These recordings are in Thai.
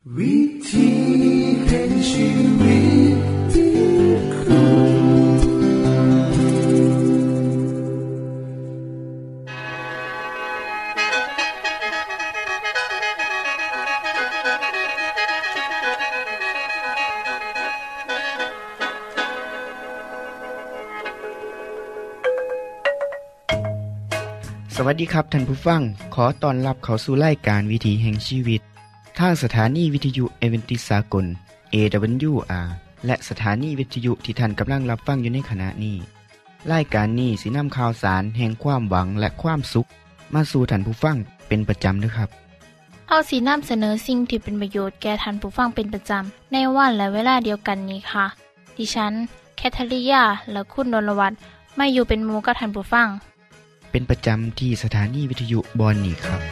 วิธีแห่งชีวิตที่คุณสวัสดีครับท่านผู้ฟังขอต้อนรับเข้าสู่รายการวิถีแห่งชีวิตทางสถานีวิทยุเอเวนติสากล AWR และสถานีวิทยุที่ท่านกำลังรับฟังอยู่ในขณะนี้รายการนี้สินำข่าวสารแห่งความหวังและความสุขมาสู่ท่านผู้ฟังเป็นประจำนะครับเฮาสินำเสนอสิ่งที่เป็นประโยชน์แก่ท่านผู้ฟังเป็นประจำในวันและเวลาเดียวกันนี้ค่ะดิฉันแคทริยาและคุณดลวัฒน์มาอยู่เป็นหมู่กับท่านผู้ฟังเป็นประจำที่สถานีวิทยุบอนนี่ครับ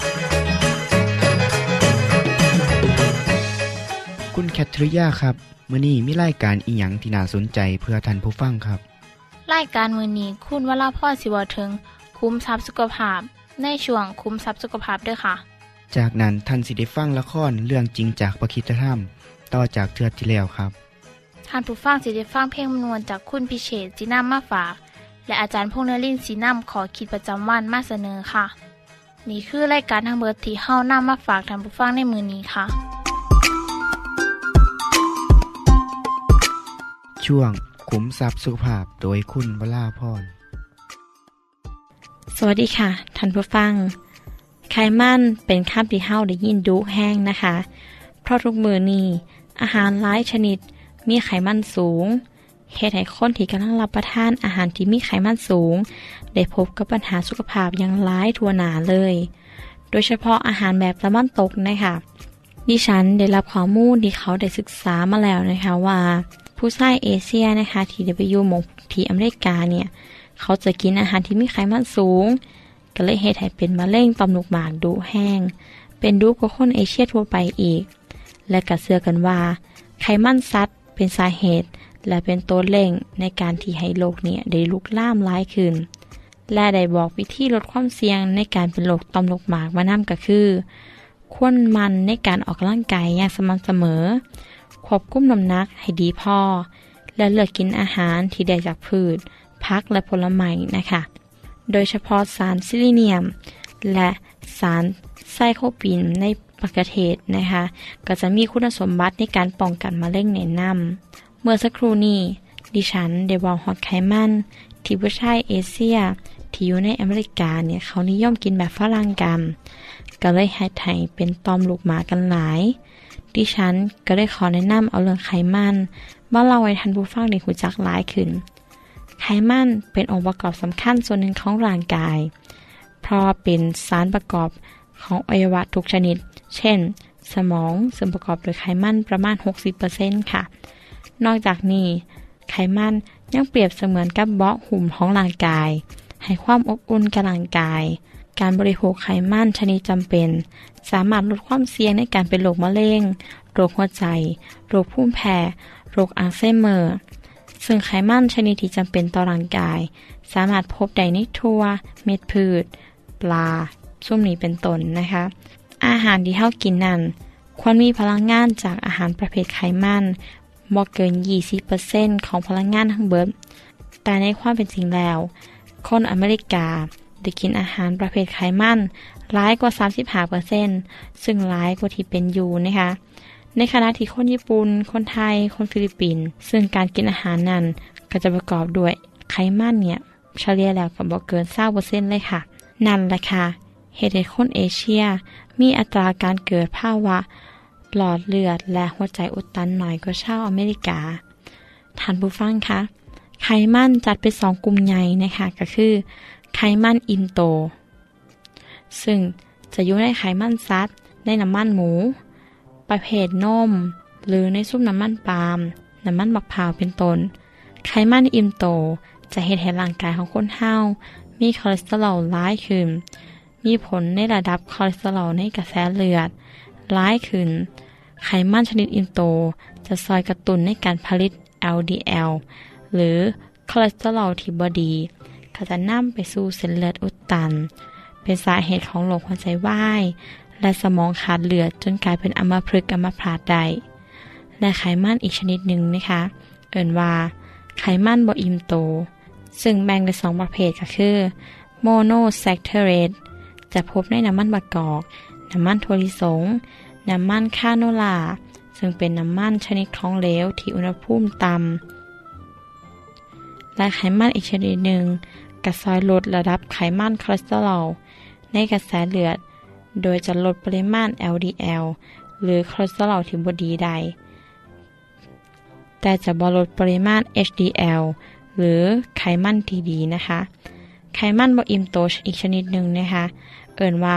คุณแคทริยาครับมื้อนี้มีรายการอิหยังที่น่าสนใจเพื่อท่านผู้ฟังครับรายการมื้อนี้คุณวราพรสิเว้าถึงคุ้มทรัพย์สุขภาพในช่วงคุ้มทรัพย์สุขภาพด้วยค่ะจากนั้นท่านสิได้ฟังละครเรื่องจริงจากพระคริสตธรรมต่อจากเทื่อที่แล้วครับท่านผู้ฟังสิได้ฟังเพลงมนวนจากคุณพิเชษฐ์สินำมาฝากและอาจารย์พงษ์นฤมลศรีนำขอคิดประจำวันมาเสนอค่ะนี่คือรายการทั้งเบิดที่เฮานำมาฝากท่านผู้ฟังในมื้อนี้ค่ะช่วงขุมทรัพย์สุขภาพโดยคุณวราพรสวัสดีค่ะท่านผู้ฟังไขมันเป็นคำที่เฮาได้ยินดุแห้งนะคะเพราะทุกมื้อนี้อาหารหลายชนิดมีไขมันสูงเฮ็ดให้คนที่กำลังรับประทานอาหารที่มีไขมันสูงได้พบกับปัญหาสุขภาพอย่างร้ายทั่วหน้าเลยโดยเฉพาะอาหารแบบตะวันตกนะคะดิฉันได้รับข้อมูลที่เขาได้ศึกษามาแล้วนะคะว่าผู้ชายเอเชียนะคะที่ได้ไปอยู่หมู่ที่อเมริกาเนี่ยเขาจะกินอาหารที่มีไขมันสูงก็เลยเฮ็ดให้เป็นมะเร็งต่อมลูกหมากดุแห้งเป็นดุกว่าคนเอเชียทั่วไปอีกและก็เชื่อกันว่าไขมันสัตว์เป็นสาเหตุและเป็นตัวเร่งในการที่ให้โรคเนี่ยได้ลุกลามร้ายขึ้นและได้บอกวิธีลดความเสี่ยงในการเป็นโรคต่อมลูกหมากมานำก็คือควรมันในการออกกำลังกายอย่างสม่ำเสมอควบคุมน้ำหนักให้ดีพอและเลือกกินอาหารที่ได้จากพืชผักและผลไม้นะคะโดยเฉพาะสารซิลิเนียมและสารไซโคปินในมะเขือเทศนะคะก็จะมีคุณสมบัติในการป้องกันมะเร็งแนะนำเมื่อสักครู่นี้ดิฉันได้บอกฮอดไขมันที่ผู้ชายเอเชียที่อยู่ในอเมริกาเนี่ยเขานิยมกินแบบฝรั่งกันก็เลยให้เป็นตอมลูกหมากันหลายดิฉันก็ได้ขอแนะนำเอาเรื่องไขมันมาเล่าให้ท่านผู้ฟังได้รู้จักหลายขึ้นไขมันเป็นองค์ประกอบสำคัญส่วนหนึ่งของร่างกายเพราะเป็นสารประกอบของอวัยวะทุกชนิดเช่นสมองซึ่งประกอบด้วยไขมันประมาณ 60% ค่ะนอกจากนี้ไขมันยังเปรียบเสมือนกับเบาะหุ้มของร่างกายให้ความอบอุ่นกับร่างกายการบริโภคไขมันชนิดจำเป็นสามารถลดความเสี่ยงในการเป็นโรคมะเร็งโรคหัวใจโรคภูมิแพ้โรคอัลไซเมอร์ซึ่งไขมันชนิดที่จำเป็นต่อร่างกายสามารถพบได้ในถั่วเม็ดพืชปลาส้มนี้เป็นต้นนะคะอาหารที่เฮากินนั้นควรมีพลังงานจากอาหารประเภทไขมันบ่เกิน 20% ของพลังงานทั้งเบิดแต่ในความเป็นจริงแล้วคนอเมริกาได้กินอาหารประเภทไขมันหลายกว่า 35% ซึ่งหลายกว่าที่เป็นอยู่นะคะในขณะที่คนญี่ปุ่นคนไทยคนฟิลิปปินส์ซึ่งการกินอาหารนั้นก็จะประกอบด้วยไขมันเนี่ยเฉลี่ยแล้วก็บ่เกิน 20% เลยค่ะนั่นแหละค่ะเหตุให้คนเอเชียมีอัตราการเกิดภาวะหลอดเลือดและหัวใจอุดตันน้อยกว่าชาวอเมริกาท่านผู้ฟังคะไขมันจัดเป็น2กลุ่มใหญ่นะคะก็คือไขมันอินโตซึ่งจะอยู่ในไขมันสัตว์ในน้ำมันหมูประเภทนมหรือในซุปน้ำมันปาล์มน้ำมันมะพร้าวเป็นต้นไขมันอินโตจะเฮ็ดให้ร่างกายของคนเฮามีคอเลสเตอรอลร้ายขึ้นมีผลในระดับคอเลสเตอรอลในกระแสเลือดร้ายขึ้นไขมันชนิดอินโตจะซอยกระตุ้นในการผลิต LDL หรือคอเลสเตอรอลที่บ่ดีก็จะนำไปสู่เส้นเลือดอุดตันเป็นสาเหตุของโรคหัวใจวายและสมองขาดเลือดจนกลายเป็นอัมพฤกษ์อัมพาตได้และไขมันอีกชนิดหนึ่งนะคะเอิ่นว่าไขมันบ่อิ่มโตซึ่งแบ่งเป็น2ประเภทก็คือโมโนแซคเทเรตจะพบในน้ำมันมะกอกน้ำมันถั่วลิสงน้ำมันคาโนลาซึ่งเป็นน้ำมันชนิดของเหลวที่อุณหภูมิต่ำและไขมันอีกชนิดหนึ่งกระซอยลดระดับไขมันคอเลสเตอรอลในกระแสเลือดโดยจะลดปริมาณ LDL หรือคอเลสเตอรอลที่บ่ดีได้แต่จะบ่ลดปริมาณ HDL หรือไขมันที่ดีนะคะไขมันบ่อิ่มโตอีกชนิดหนึ่งนะคะเอิ่นว่า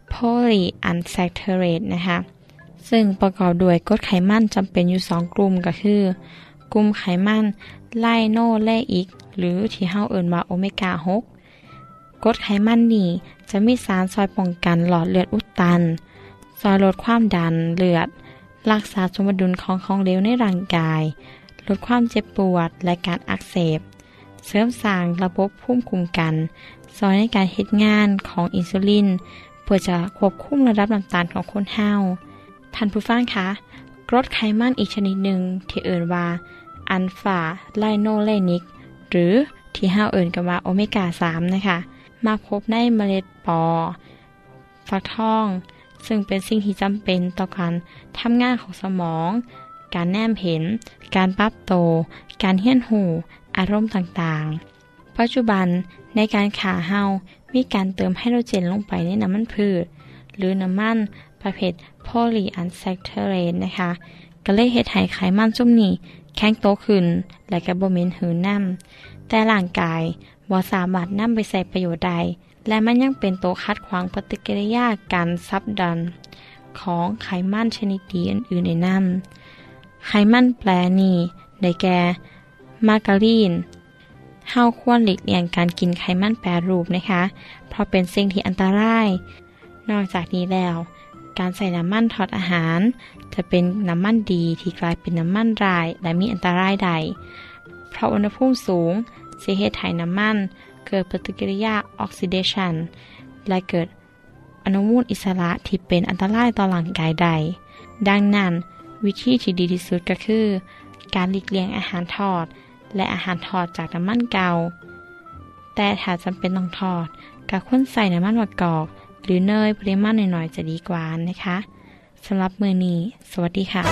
polyunsaturated นะคะซึ่งประกอบด้วยกรดไขมันจำเป็นอยู่2กลุ่มก็คือกลุ่มไขมันไลโนเลอิกหรือที่เฮาเอิ่นว่าโอเมก้า6กรดไขมันนี้จะมีสารซอยป้องกันหลอดเลือดอุดตันซอยลดความดันเลือดรักษาสมดุลของเหลวในร่างกายลดความเจ็บปวดและการอักเสบเสริมสร้างระบบภูมิคุ้มกันซอยในการเฮ็ดงานของอินซูลินเพื่อจะควบคุมระดับน้ำตาลของคนเฮาท่านผู้ฟังคะกรดไขมันอีกชนิดหนึ่งที่เอ่นว่าอัลฟาไลโนเลนิกหรือที่เฮาเอ่นกันว่าโอเมก้า3นะคะมาพบในเมล็ดปอฟักทองซึ่งเป็นสิ่งที่จำเป็นต่อการทำงานของสมองการแนมเห็นการปรับโตการเฮียนหูอารมณ์ต่างๆปัจจุบันในการขาเฮามีการเติมไฮโดรเจนลงไปในน้ำมันพืชหรือน้ำมันประเภท polyunsaturated นะคะก็เลยเฮ็ดให้ไขมันซุ่มนี้แข็งโตขึ้นและก็บ่เหม็นหืนนำแต่ร่างกายบ่สามารถนำไปใช้ประโยชน์ใดและมันยังเป็นตัวขัดขวางปฏิกิริยาการซับดันของไขมันชนิดดีอื่นๆในน้ำไขมันแปรนี้ได้แก่มาการีนเฮาควรหลีกเลี่ยงการกินไขมันแปรรูปนะคะเพราะเป็นสิ่งที่อันตรายนอกจากนี้แล้วการใส่น้ำมันทอดอาหารจะเป็นน้ำมันดีที่กลายเป็นน้ำมันร้ายและมีอันตรายใดเพราะอุณหภูมิสูงสิเฮ็ดให้น้ำมันเกิดปฏิกิริยาออกซิเดชันและเกิดอนุมูลอิสระที่เป็นอันตรายต่อร่างกายใดดังนั้นวิธีที่ดีที่สุดก็คือการหลีกเลี่ยงอาหารทอดและอาหารทอดจากน้ำมันเก่าแต่ถ้าจำเป็นต้องทอดก็ควรใส่น้ำมันมะกอกหรือเนยปริมาณน้อยๆจะดีกว่านะคะสำหรับมื้อนี้สวัสดีค่ะ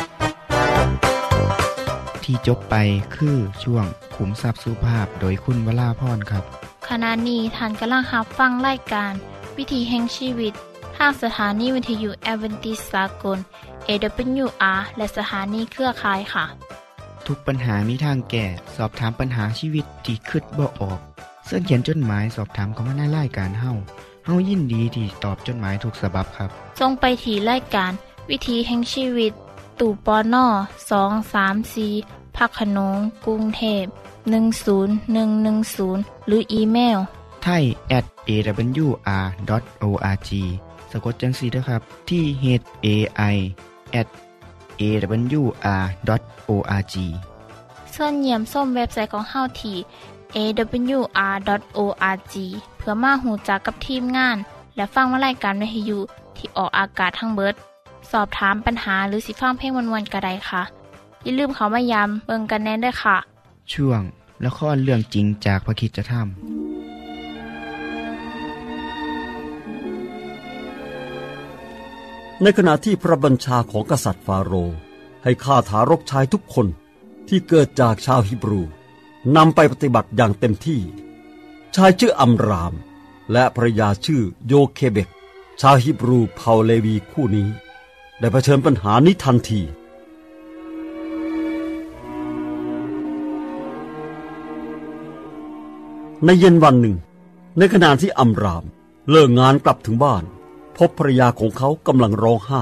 ที่จบไปคือช่วงขุมทรัพย์สุภาพโดยคุณวราพรครับขณะนี้ท่านกำลังรับฟังรายการวิถีแห่งชีวิตทางสถานีวิทยุแอดเวนทิสต์สากล AWR และสถานีเครือข่ายค่ะทุกปัญหามีทางแก้สอบถามปัญหาชีวิตที่คิดบ่ออกเสิร์ชเขียนจดหมายสอบถามเข้ามาในรายการเฮายินดีที่ตอบจดหมายทุกฉบับครับส่งไปที่รายการวิถีแห่งชีวิตตู้ปน234พักขนงกรุงเทพ10110หรืออีเมล thai@awr.org สะกดจังซี่เด้อครับที่ hai@awr.org เชิญเยี่ยมชมเว็บไซต์ของเฮาที่ awr.org เพื่อมาหูจักกับทีมงานและฟังวารายการวิทยุที่ออกอากาศทั้งเบิดสอบถามปัญหาหรือสิฟังเพลงม่วนๆก็ได้ค่ะอย่าลืมเข้ามาย้ำเบิ่งกันแน่ด้วยค่ะช่วงละครเรื่องจริงจากพระคริสตธรรมในขณะที่พระบัญชาของกษัตริย์ฟาโรห์ให้ฆ่าทารกชายทุกคนที่เกิดจากชาวฮีบรูนำไปปฏิบัติอย่างเต็มที่ชายชื่ออัมรามและภรรยาชื่อโยเคเบกชาวฮีบรูเผ่าเลวีคู่นี้ได้เผชิญปัญหานี้ทันทีในเย็นวันหนึ่งในขณะที่อัมรามเลิกงานกลับถึงบ้านพบภรรยาของเขากำลังร้องไห้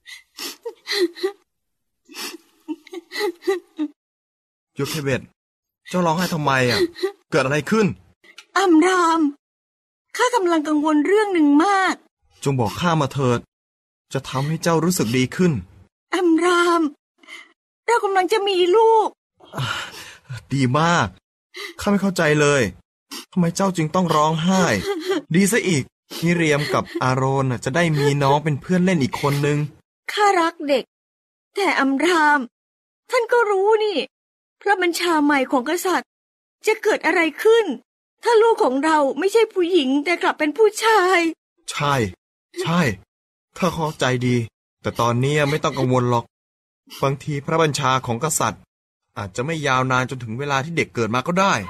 โยเคเบตเจ้าร้องไห้ทำไมเกิดอะไรขึ้นอัมรามข้ากำลังกังวลเรื่องหนึ่งมากจงบอกข้ามาเถิดจะทำให้เจ้ารู้สึกดีขึ้นอัมรามเรากำลังจะมีลูกดีมากข้าไม่เข้าใจเลยทำไมเจ้าจึงต้องร้องไห้ดีซะอีกมิเรียมกับอาโรนจะได้มีน้องเป็นเพื่อนเล่นอีกคนนึงข้ารักเด็กแต่อัมรามท่านก็รู้นี่พระบัญชาใหม่ของกษัตริย์จะเกิดอะไรขึ้นถ้าลูกของเราไม่ใช่ผู้หญิงแต่กลับเป็นผู้ชายใช่ข้าเข้าใจดีแต่ตอนนี้ไม่ต้องกังวลหรอกบางทีพระบัญชาของกษัตริย์อาจจะไม่ยาวนานจนถึงเวลาที่เด็กเกิดมาก็ได้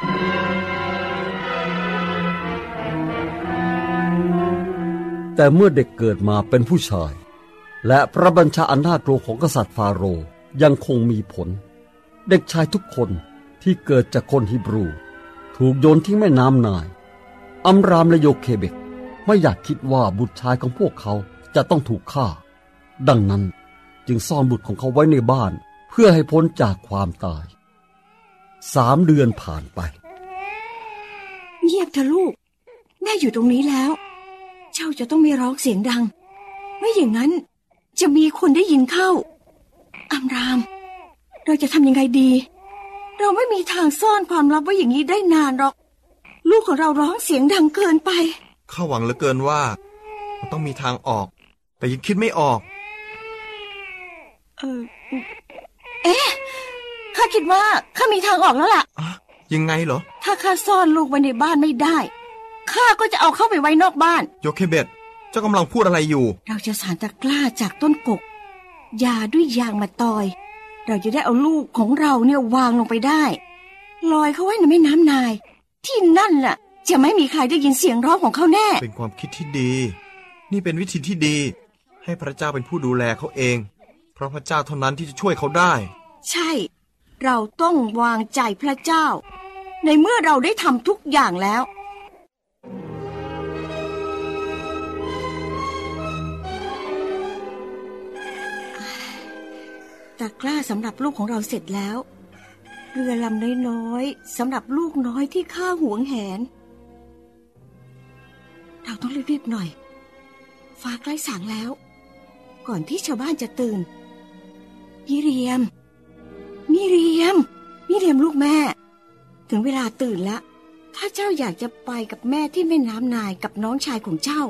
แต่เมื่อเด็กเกิดมาเป็นผู้ชายและพระบัญชาอันน่ากลัวของกษัตริย์ฟาโรห์ยังคงมีผลเด็กชายทุกคนที่เกิดจากคนฮีบรูถูกโยนทิ้งแม่น้ำไนล์อัมรามและโยเคเบกไม่อยากคิดว่าบุตรชายของพวกเขาจะต้องถูกฆ่าดังนั้นจึงซ่อนบุตรของเขาไว้ในบ้านเพื่อให้พ้นจากความตาย3 เดือนผ่านไปเงียบเถอะลูกแม่อยู่ตรงนี้แล้วเจ้าจะต้องไม่ร้องเสียงดังไม่อย่างนั้นจะมีคนได้ยินเข้าอัมรามเราจะทำยังไงดีเราไม่มีทางซ่อนความลับไว้อย่างนี้ได้นานหรอกลูกของเราร้องเสียงดังเกินไปข้าหวังเหลือเกินว่ามันต้องมีทางออกแต่ยังคิดไม่ออกข้าคิดว่าข้ามีทางออกแล้วล่ะยังไงเหรอถ้าข้าซ่อนลูกไว้ในบ้านไม่ได้ข้าก็จะเอาเข้าไปไว้นอกบ้านโยเคเบตเจ้ากำลังพูดอะไรอยู่เราจะสานตะกร้าจากต้นกกยาด้วยยางมาตอยเราจะได้เอาลูกของเราเนี่ยวางลงไปได้ลอยเขาไว้ในแม่น้ำไนล์ที่นั่นล่ะจะไม่มีใครได้ยินเสียงร้องของเขาแน่เป็นความคิดที่ดีนี่เป็นวิธีที่ดีให้พระเจ้าเป็นผู้ดูแลเขาเองเพราะพระเจ้าเท่านั้นที่จะช่วยเขาได้ใช่เราต้องวางใจพระเจ้าในเมื่อเราได้ทำทุกอย่างแล้วตะกร้าสำหรับลูกของเราเสร็จแล้วเรือลำน้อยๆสำหรับลูกน้อยที่ข้าหวงแหนเราต้องรีบๆหน่อยฟ้าใกล้สางแล้วก่อนที่ชาวบ้านจะตื่นมิเรียมลูกแม่ถึงเวลาตื่นแล้วถ้าเจ้าอยากจะไปกับแม่ที่แม่น้ำไนล์กับน้องชายของเจ้า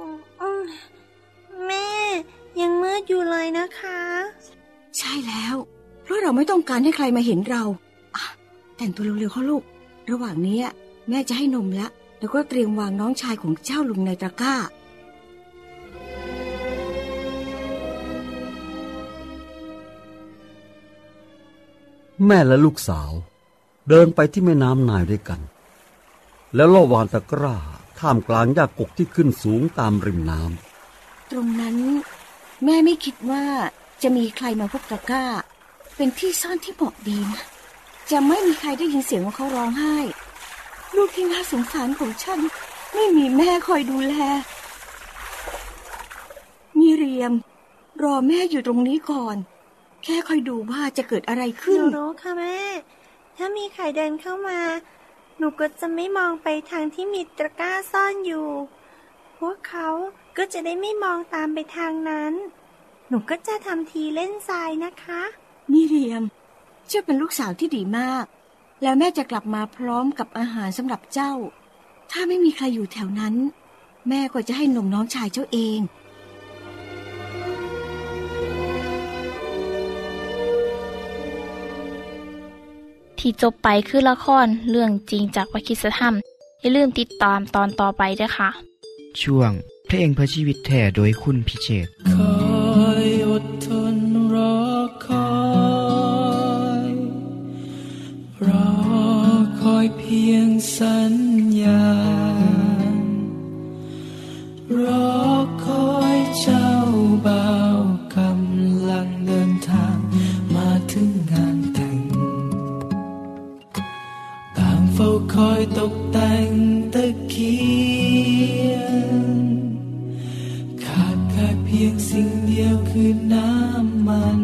แม่ยังมืดอยู่เลยนะคะใช่แล้วเพราะเราไม่ต้องการให้ใครมาเห็นเราแต่งตัวเร็วๆเข้าลูกระหว่างนี้แม่จะให้นมแล้วก็เตรียมวางน้องชายของเจ้าลงในตะกร้าแม่และลูกสาวเดินไปที่แม่น้ำไนล์ด้วยกันแล้วลอดวางตะกร้าท่ามกลางหญ้ากกที่ขึ้นสูงตามริมน้ำตรงนั้นแม่ไม่คิดว่าจะมีใครมาพบตะกร้าเป็นที่ซ่อนที่เหมาะดีนะจะไม่มีใครได้ยินเสียงของเขาร้องไห้ลูกที่น่าสงสารของฉันไม่มีแม่คอยดูแลมิเรียมรอแม่อยู่ตรงนี้ก่อนแค่คอยดูว่าจะเกิดอะไรขึ้นหนูรู้ค่ะแม่ถ้ามีใครเดินเข้ามาหนูก็จะไม่มองไปทางที่มีตะกร้าซ่อนอยู่พวกเขาก็จะได้ไม่มองตามไปทางนั้นหนูก็จะทำทีเล่นทรายนะคะมิเรียมเจ้าเป็นลูกสาวที่ดีมากแล้วแม่จะกลับมาพร้อมกับอาหารสำหรับเจ้าถ้าไม่มีใครอยู่แถวนั้นแม่ก็จะให้นมน้องชายเจ้าเองที่จบไปคือละครเรื่องจริงจากวิคิสธรรมอย่าลืมติดตามตอนต่อไปด้วยค่ะช่วงเพลงเพื่อชีวิตแท้โดยคุณพิเชษฐ์คอยอดทนรอคอยเพียงสัญญาณรอคอยเจ้าบ่าวกำลังเดินทางมาถึงงานแต่งต่างเฝ้าคอยตกแต่งตะเกียงขาดแค่เพียงสิ่งเดียวคือน้ำมัน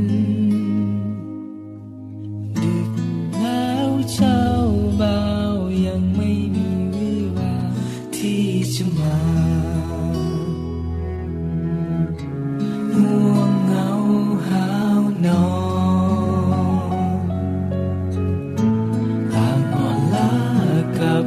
ดึกแล้วเจ้าบ่าวยังไม่มีวี่แววที่จะมาง่วงเหงาหาวนอนต่างอ่อนล้ากับ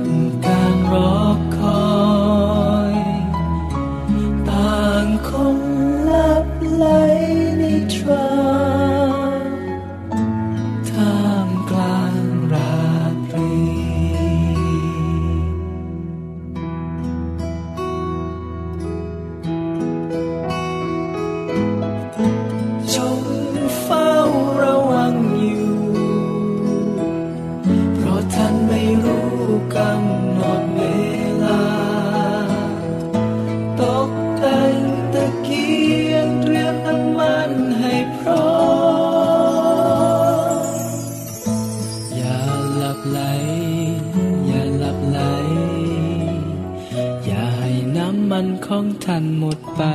ท่านหมดไป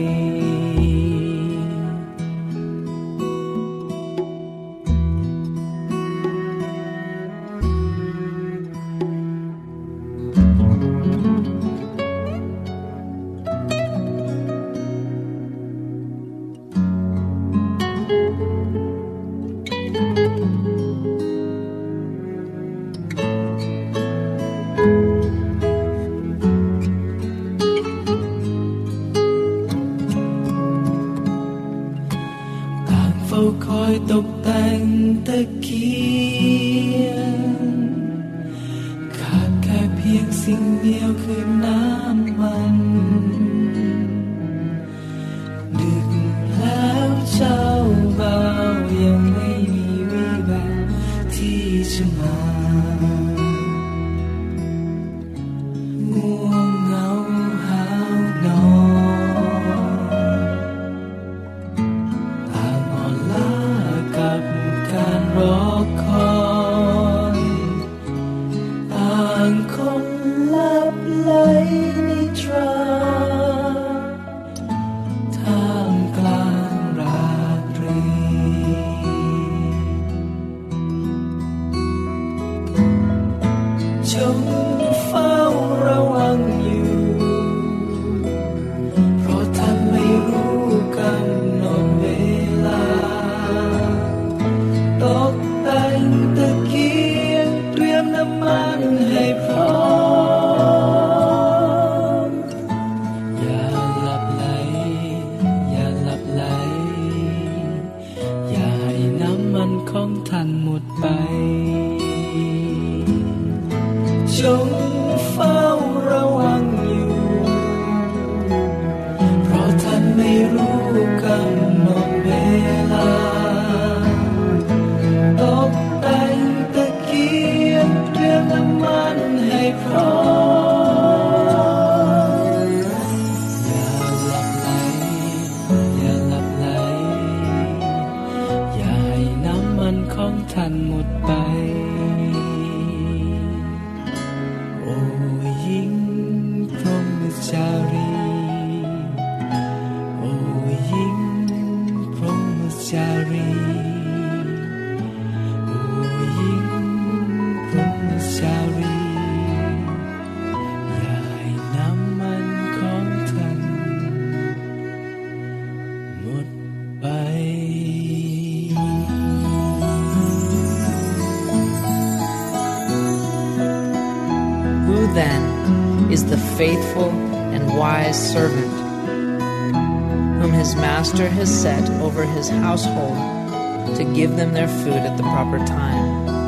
คอยตกแต่งตะเกียงขาดแค่เพียงสิ่งเดียวคือน้ำมันดึกแล้วเจ้าบ่าวยังไม่มีวี่แววที่จะมาง่วงเหงาหาวนอนรอคอยต่างคนลับไหลนิทราท่ามกลางราตรีจงเฝ้าระวังอยู่เพราะท่านไม่รู้กำหนดเวลาตกแต่งตะเกียงเตรียมน้ำมันให้พร้อมอย่าหลับไหลอย่าหลับไหลอย่าให้น้ำมันของท่านหมดไปจงเฝ้าระวังอยู่เพราะท่านไม่รู้กำหนดเวลาตกแต่งตะเกียงเตรียมน้ำมันให้พร้อมอย่าหลับไหลอย่าหลับไหลอย่าให้น้ำมันของท่านหมดไปโอ้หญิงพรหมจารีโอ้หญิงพรหมจารี Then is the faithful and wise servant whom his master has set over his household to give them their food at the proper time.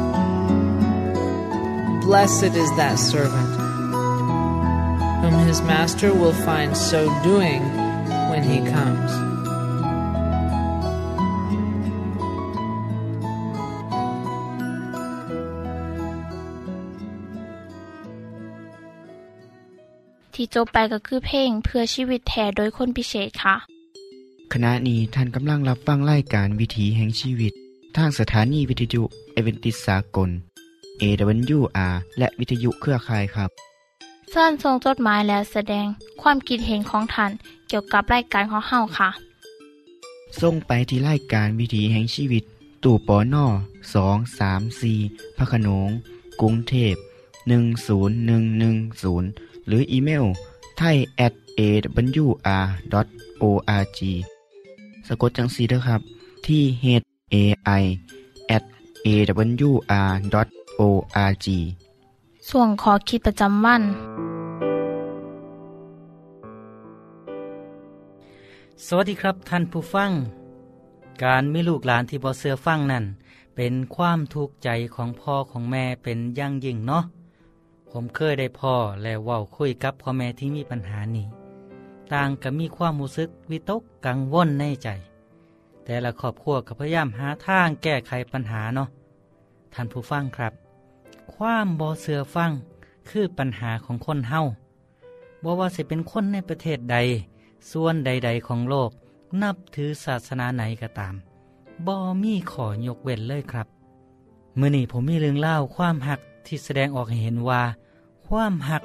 Blessed is that servant whom his master will find so doing when he comes. ที่จบไปก็คือเพลงเพื่อชีวิตแท้โดยคนพิเศษค่ะขณะนี้ท่านกำลังรับฟังรายการวิถีแห่งชีวิตทางสถานีวิทยุเอเวนติสากล AWR และวิทยุเครือข่ายครับเชิญส่งจดหมายและแสดงความคิดเห็นของท่านเกี่ยวกับรายการของเฮาค่ะส่งไปที่รายการวิถีแห่งชีวิตตู้ปน234พระโขนงกรุงเทพ10110หรืออีเมล thai@awr.org สะกดจังซี่เด้อครับที่ thai@awr.org ส่วนขอคิดประจำวันสวัสดีครับท่านผู้ฟังการมีลูกหลานที่บ่เชื่อฟังนั่นเป็นความทุกข์ใจของพ่อของแม่เป็นอย่างยิ่งเนาะผมเคยได้พ่อและเว้าคุยกับพ่อแม่ที่มีปัญหานี้ต่างก็มีความรู้สึกวิตกกังวลในใจแต่ละครอบครัวก็พยายามหาทางแก้ไขปัญหาเนาะท่านผู้ฟังครับความบ่เชื่อฟังคือปัญหาของคนเฮาบ่ว่าสิเป็นคนในประเทศใดส่วนใดๆของโลกนับถือศาสนาไหนก็ตามบ่มีข้อยกเว้นเลยครับมื้อนี้ผมมีเรื่องเล่าความหักที่แสดงออกให้เห็นว่าความหัก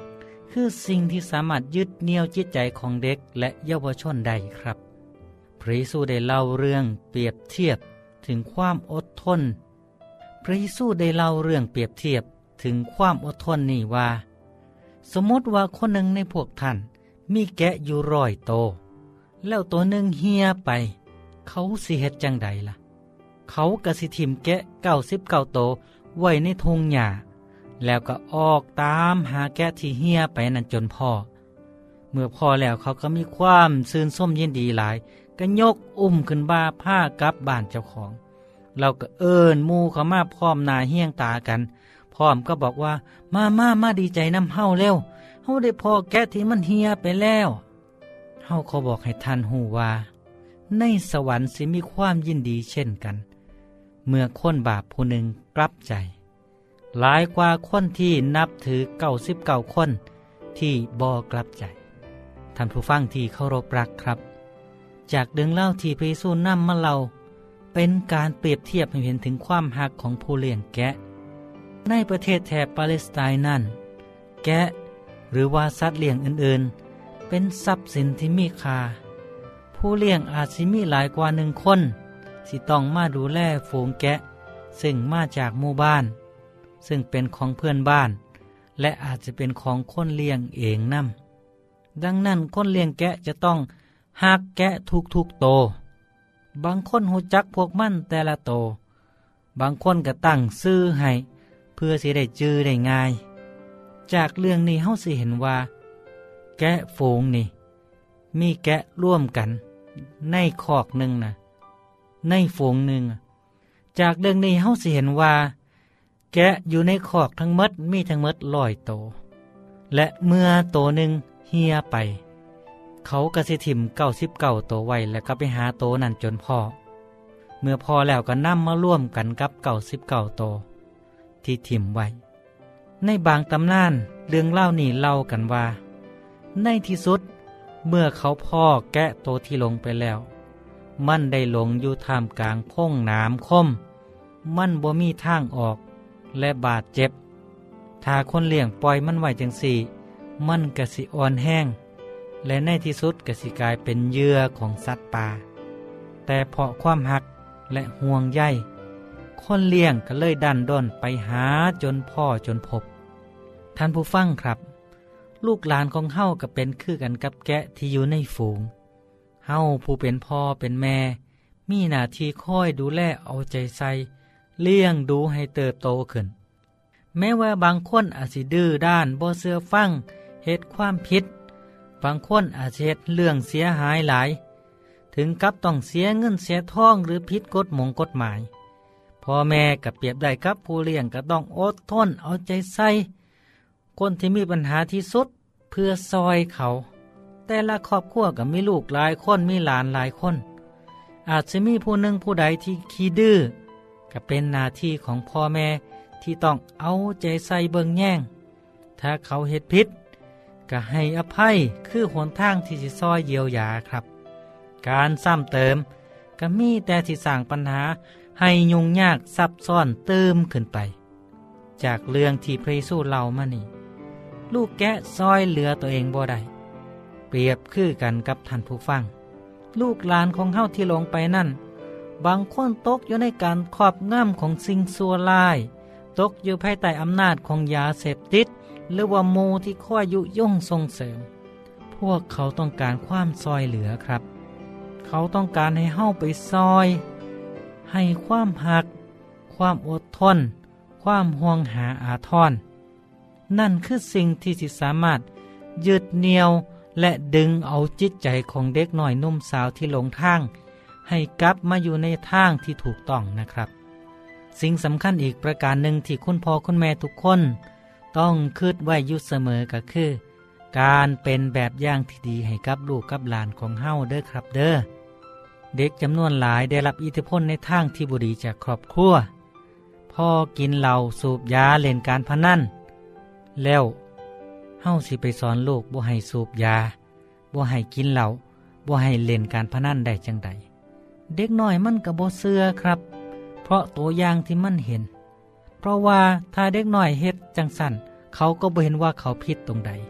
คือสิ่งที่สามารถยึดเหนี่ยวจิตใจของเด็กและเยาวชนได้ครับพระเยซูได้เล่าเรื่องเปรียบเทียบถึงความอดทนพระเยซูได้เล่าเรื่องเปรียบเทียบถึงความอดทนนี่ว่าสมมติว่าคนหนึ่งในพวกท่านมีแกะอยู่100 โตวแล้วตัวหนึ่งเหี่ยไปเขาสิเฮ็ดจังใดล่ะเขาก็สิถิมแกะ99 โตวไว้ในทุ่งหญ้าแล้วก็ออกตามหาแกะที่เหี่ยไปนั่นจนพอเมื่อพอแล้วเขาก็มีความซื่นส้มยินดีหลายก็ยกอุ้มขึ้นบ่าผ้ากลับบ้านเจ้าของเราก็เอิ้นหมู่เขามาพร้อมหน้าเฮี้ยงตากันพร้อมก็บอกว่ามาดีใจนำเฮาเร็วเฮาได้พอแกะที่มันเหี่ยไปแล้วเฮาขอบอกให้ท่านฮู้ว่าในสวรรค์สิมีความยินดีเช่นกันเมื่อคนบาปผู้หนึ่งกลับใจหลายกว่าคนที่นับถือ99 คนที่บ่กลับใจท่านผู้ฟังที่เคารพรักครับจากเรื่องเล่าที่พระเยซูนำมาเล่าเป็นการเปรียบเทียบให้เห็นถึงความหักของผู้เลี้ยงแกะในประเทศแถบปาเลสไตน์นั้นแกะหรือว่าสัตว์เลี้ยงอื่นๆเป็นทรัพย์สินที่มีค่าผู้เลี้ยงอาจสิมีหลายกว่า1 คนที่ต้องมาดูแลฝูงแกะซึ่งมาจากหมู่บ้านซึ่งเป็นของเพื่อนบ้านและอาจจะเป็นของคนเลี้ยงเองนำดังนั้นคนเลี้ยงแกะจะต้องหักแกะทุกโตบางคนหูจักพวกมันแต่ละโตบางคนก็ตั้งชื่อให้เพื่อสิได้จื้อได้ง่ายจากเรื่องนี้เฮาสิเห็นว่าแกะฝูงนี่มีแกะร่วมกันในคอกหนึ่งนะในฝูงหนึ่งจากเรื่องนี้เฮาสิเห็นว่าแกะอยู่ในคอกทั้งหมดมีทั้งหมด100 โตและเมื่อโตหนึ่งเหี่ยไปเขาก็สิถิ่ม99 โตไว้แล้วก็ไปหาโตนั่นจนพอเมื่อพอแล้วก็นำมาร่วมกันกับ99 โตที่ถิ่มไว้ในบางตำนานเรื่องเล่านี่เล่ากันว่าในที่สุดเมื่อเขาพ่อแกะโตที่ลงไปแล้วมันได้หลงอยู่ท่ามกลางพงน้ำคมมันบ่มีทางออกและบาดเจ็บถ้าคนเลี้ยงปล่อยมันไว้จังสี่มันก็สิอ่อนแห้งและในที่สุดก็สิกลายเป็นเหยื่อของสัตว์ป่าแต่เพราะความหักและห่วงใยคนเลี้ยงก็เลยดันด้นไปหาจนพ่อจนพบท่านผู้ฟังครับลูกหลานของเฮาก็เป็นคือกันกับแกะที่อยู่ในฝูงเฮาผู้เป็นพ่อเป็นแม่มีหน้าที่คอยดูแลเอาใจใส่เลี้ยงดูให้เติบโตขึ้นแม้ว่าบางคนอาจสิดื้อด้านบ่เชื่อฟังเฮ็ดความผิดบางคนอาจเฮ็ดเรื่องเสียหายหลายถึงกับต้องเสียเงินเสียทองหรือผิดกฎหมายพ่อแม่ก็เปรียบได้กับผู้เลี้ยงก็ต้องอดทนเอาใจใส่คนที่มีปัญหาที่สุดเพื่อซอยเขาแต่ละครอบครัวก็มีลูกหลายคนมีหลานหลายคนอาจจะมีผู้หนึ่งผู้ใดที่ขี้ดื้อก็เป็นหน้าที่ของพ่อแม่ที่ต้องเอาใจใส่เบิ่งแย่งถ้าเขาเฮ็ดผิดก็ให้อภัยคือหนทางที่สิซอยเยียวยาครับการซ้ำเติมก็มีแต่ที่สร้างปัญหาให้ยุ่งยากซับซ้อนเติมขึ้นไปจากเรื่องที่พระเยซูเล่ามานี่ลูกแกะซอยเหลือตัวเองบ่ได้เปรียบคือกันกับท่านผู้ฟังลูกหลานของเฮาที่ลงไปนั่นบางคนตกอยู่ในการครอบงำของสิ่งชั่วร้ายตกอยู่ภายใต้อำนาจของยาเสพติดหรือว่าโมที่คอยยุยงส่งเสริมพวกเขาต้องการความซอยเหลือครับเขาต้องการให้เฮาไปซอยให้ความหักความอดทนความห่วงหาอาทรนั่นคือสิ่งที่สิสามารถยึดเหนี่ยวและดึงเอาจิตใจของเด็กน้อยนุ่มสาวที่หลงทางให้กลับมาอยู่ในทางที่ถูกต้องนะครับสิ่งสำคัญอีกประการหนึ่งที่คุณพ่อคุณแม่ทุกคนต้องคิดไว้อยู่เสมอก็คือการเป็นแบบอย่างที่ดีให้กับลูกกับหลานของเฮาเด้อครับเด้อเด็กจำนวนหลายได้รับอิทธิพลในทางที่บ่ดีจากครอบครัวพ่อกินเหล้าสูบยาเล่นการพนันแล้วเฮาสิไปสอนลูกบ่ให้สูบยาบ่ให้กินเหล้าบ่ให้เล่นการพนันได้จังใดเด็กน้อยมันก็บ่เชื่อครับเพราะตัวอย่างที่มันเห็นเพราะว่าถ้าเด็กน้อยเฮ็ดจังสั่นเขาก็บ่เห็นว่าเขาผิดตรงใด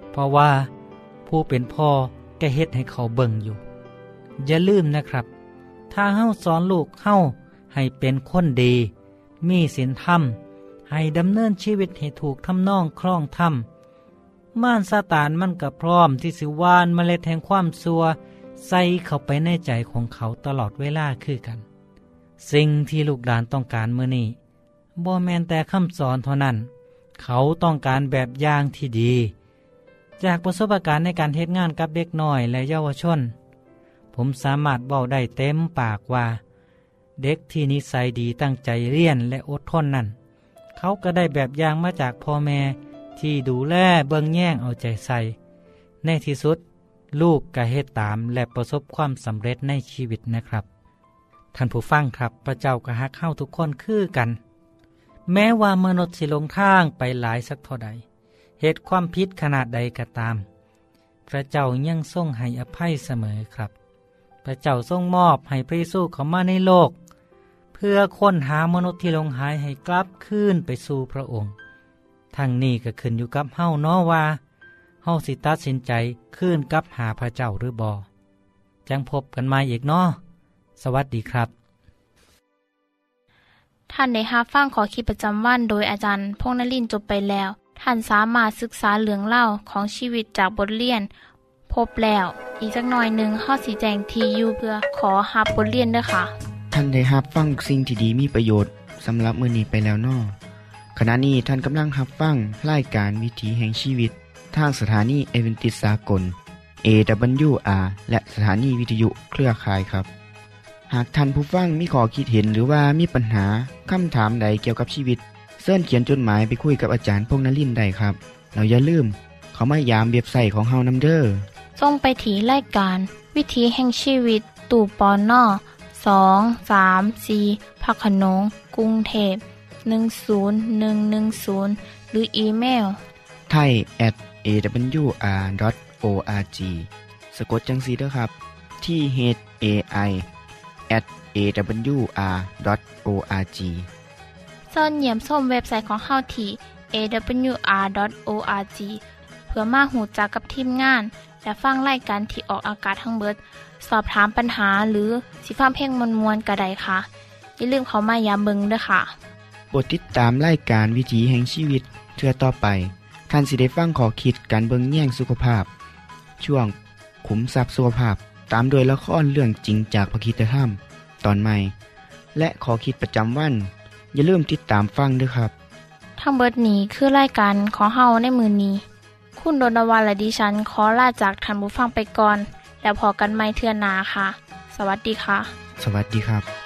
เพราะว่าผู้เป็นพ่อก็เฮ็ดให้เขาเบิ่งอยู่อย่าลืมนะครับถ้าเฮาสอนลูกเฮาให้เป็นคนดีมีศีลธรรมให้ดำเนินชีวิตให้ถูกทำนองคล่องธรรมม่านซาตานมันก็พร้อมที่สิหว่านเมล็ดแห่งความชั่วใส่เข้าไปในใจของเขาตลอดเวลาคือกันสิ่งที่ลูกหลานต้องการมื้อนี้บ่แม่นแต่คำสอนเท่านั้นเขาต้องการแบบอย่างที่ดีจากประสบการณ์ในการเฮ็ดงานกับเด็กน้อยและเยาวชนผมสามารถเว้าได้เต็มปากว่าเด็กที่นิสัยดีตั้งใจเรียนและอดทนนั่นเขาก็ได้แบบอย่างมาจากพ่อแม่ที่ดูแลเบิ่งแย่งเอาใจใส่ในที่สุดลูกก็เฮ็ดตามและประสบความสำเร็จในชีวิตนะครับท่านผู้ฟังครับพระเจ้าก็ฮักเฮาทุกคนคือกันแม้ว่ามนุษย์สิหลงทางไปหลายสักเท่าใดเหตุความผิดขนาดใดก็ตามพระเจ้ายังทรงให้อภัยเสมอครับพระเจ้าทรงมอบให้พระเยซูเข้ามาในโลกเพื่อค้นหามนุษย์ที่หลงหายให้กลับคืนไปสู่พระองค์ทั้งนี้ก็ขึ้นอยู่กับเฮาเนาะว่าเฮาสิตัดสินใจคืนกลับหาพระเจ้าหรือบ่จังพบกันใหม่อีกเนาะสวัสดีครับท่านได้รับฟังขอคิดประจำวันโดยอาจารย์พงษ์นฤมย์จบไปแล้วท่านสามารถศึกษาเรื่องเล่าของชีวิตจากบทเรียนพบแล้วอีกสักหน่อยหนึ่งข้อสีแจงทีอยู่เพื่อขอรับบทเรียนด้วยค่ะท่านได้รับฟังสิ่งที่ดีมีประโยชน์สำหรับมื้อนี้ไปแล้วน้อขณะนี้ท่านกำลังรับฟังรายการวิถีแห่งชีวิตทางสถานีเอเวนติสากล AWR และสถานีวิทยุเครือข่ายครับหากท่านผู้ฟังมีข้อคิดเห็นหรือว่ามีปัญหาคำถามใดเกี่ยวกับชีวิตเชิญเขียนจดหมายไปคุยกับอาจารย์พงษ์นฤมย์ได้ครับเราอย่าลืมเขามายามเว็บไซต์ของเฮานำเด้อส่งไปที่รายการวิถีแห่งชีวิตตู่ปน234พักขนงกรุงเทพ10110หรืออีเมล thai@awr.org สะกดจังซี่เด้อครับที่ hai@awr.org ส่วนเยี่ยมชมเว็บไซต์ของเฮาที่ awr.org เพื่อมาหูจักกับทีมงานและฟังรายการที่ออกอากาศทั้งเบิดสอบถามปัญหาหรือสิฟ้าเพลงมวลๆก็ได้ค่ะอย่าลืมเข้ามายามเบิ่งด้วยค่ะโปรดติดตามรายการวิถีแห่งชีวิตเทื่อต่อไปท่านสิได้ฟังขอคิดการเบิ่งแย่งสุขภาพช่วงขุมทรัพย์สุขภาพตามโดยละครเรื่องจริงจากพระคริสตธรรมตอนใหม่และขอคิดประจำวันอย่าลืมติดตามฟังด้วยครับทั้งเบิดนี้คือรายการของเฮาในมื้อนี้คุณดนวันและดิฉันขอลาจากท่านผู้ฟังไปก่อนแล้วพอกันใหม่เทื่อหน้าค่ะสวัสดีค่ะสวัสดีครับ